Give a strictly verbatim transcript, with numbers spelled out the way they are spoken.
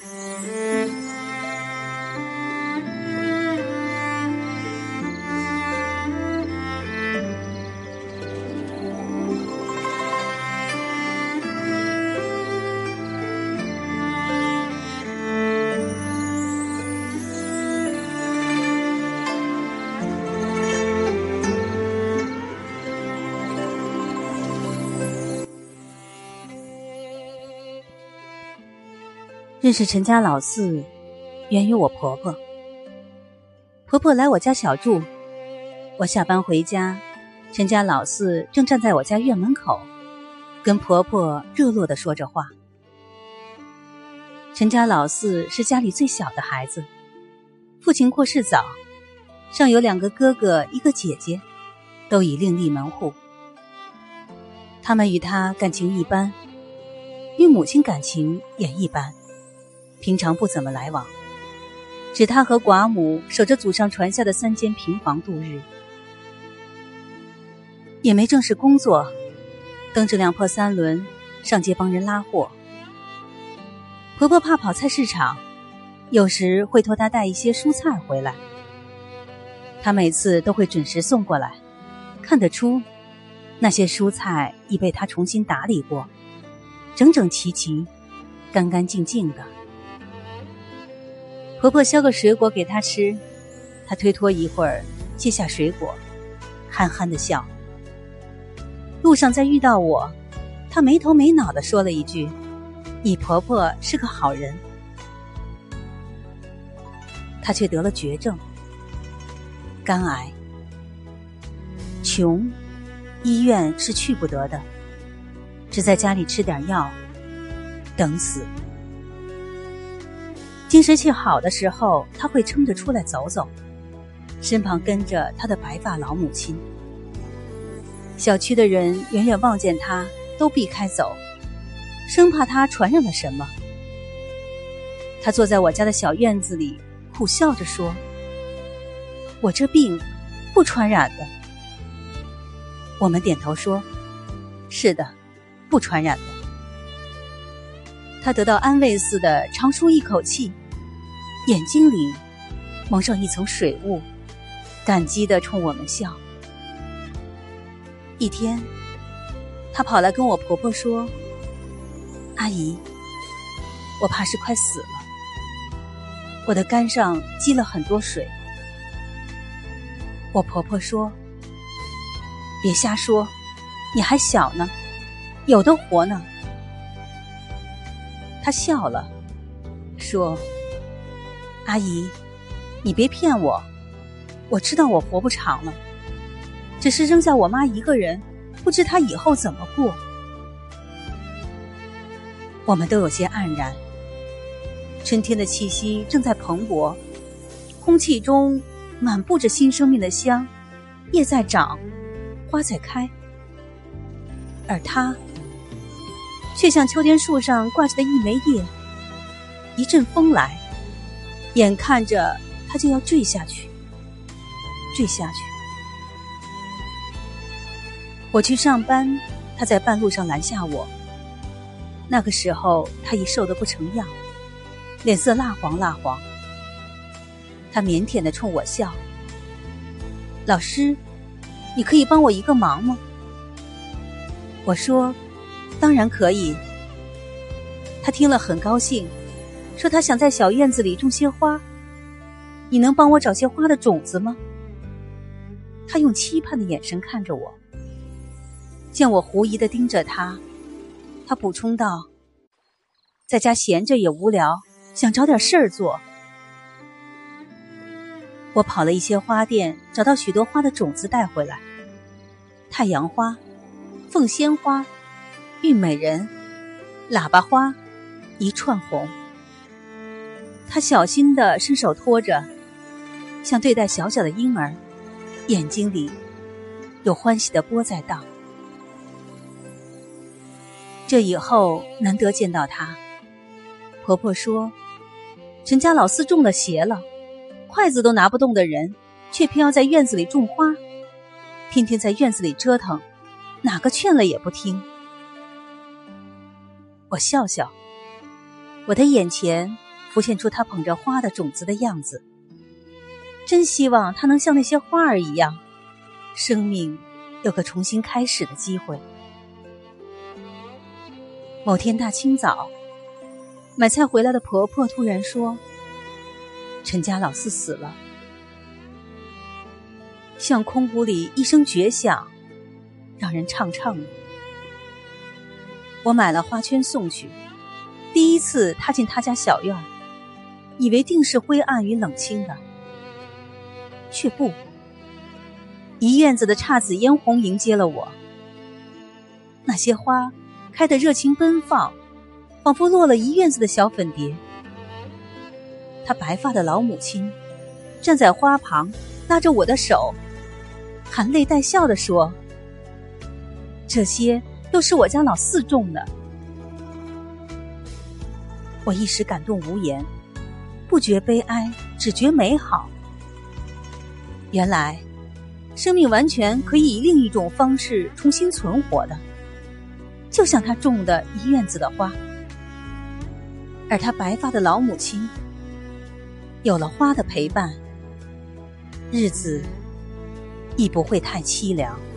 认识陈家老四源于我婆婆。婆婆来我家小住，我下班回家，陈家老四正站在我家院门口，跟婆婆热络地说着话。陈家老四是家里最小的孩子，父亲过世早，上有两个哥哥一个姐姐，都已另立门户。他们与他感情一般，与母亲感情也一般，平常不怎么来往，只他和寡母守着祖上传下的三间平房度日，也没正式工作，蹬着辆破三轮上街帮人拉货。婆婆怕跑菜市场，有时会托她带一些蔬菜回来，她每次都会准时送过来，看得出那些蔬菜已被她重新打理过，整整齐齐，干干净净的。婆婆削个水果给她吃，她推脱一会儿，接下水果，憨憨地笑。路上再遇到我，她没头没脑地说了一句：“你婆婆是个好人。”她却得了绝症，肝癌，穷，医院是去不得的，只在家里吃点药，等死。精神气好的时候，他会撑着出来走走，身旁跟着他的白发老母亲。小区的人远远望见他，都避开走，生怕他传染了什么。他坐在我家的小院子里，苦笑着说：“我这病不传染的。”我们点头说：“是的，不传染的。”他得到安慰似的长舒一口气，眼睛里蒙上一层水雾，感激地冲我们笑。一天，他跑来跟我婆婆说：“阿姨，我怕是快死了，我的肝上积了很多水。”我婆婆说：“别瞎说，你还小呢，有的活呢。”他笑了，说：“阿姨，你别骗我，我知道我活不长了，只是扔下我妈一个人，不知她以后怎么过。”我们都有些黯然。春天的气息正在蓬勃，空气中满布着新生命的香，叶在长，花在开，而她却像秋天树上挂着的一枚叶，一阵风来，眼看着它就要坠下去，坠下去。我去上班，他在半路上拦下我。那个时候他已瘦得不成样，脸色蜡黄蜡黄。他腼腆地冲我笑：“老师，你可以帮我一个忙吗？”我说：“当然可以。”他听了很高兴，说他想在小院子里种些花，你能帮我找些花的种子吗？他用期盼的眼神看着我，见我狐疑地盯着他，他补充道：“在家闲着也无聊，想找点事儿做。”我跑了一些花店，找到许多花的种子带回来，太阳花、凤仙花、玉美人、喇叭花，一串红。他小心地伸手托着，像对待小小的婴儿，眼睛里有欢喜的波在荡。这以后难得见到他。婆婆说：“陈家老四中了邪了，筷子都拿不动的人，却偏要在院子里种花，天天在院子里折腾，哪个劝了也不听。”我笑笑，我的眼前浮现出他捧着花的种子的样子。真希望他能像那些花儿一样，生命有个重新开始的机会。某天大清早，买菜回来的婆婆突然说，陈家老四死了。像空谷里一声绝响，让人怅怅的。我买了花圈送去，第一次踏进他家小院，以为定是灰暗与冷清的，却不，一院子的姹紫嫣红迎接了我。那些花开得热情奔放，仿佛落了一院子的小粉蝶。他白发的老母亲站在花旁，拉着我的手，含泪带笑地说，这些都是我家老四种的。我一时感动无言，不觉悲哀，只觉美好。原来生命完全可以以另一种方式重新存活的，就像他种的一院子的花。而他白发的老母亲有了花的陪伴，日子亦不会太凄凉。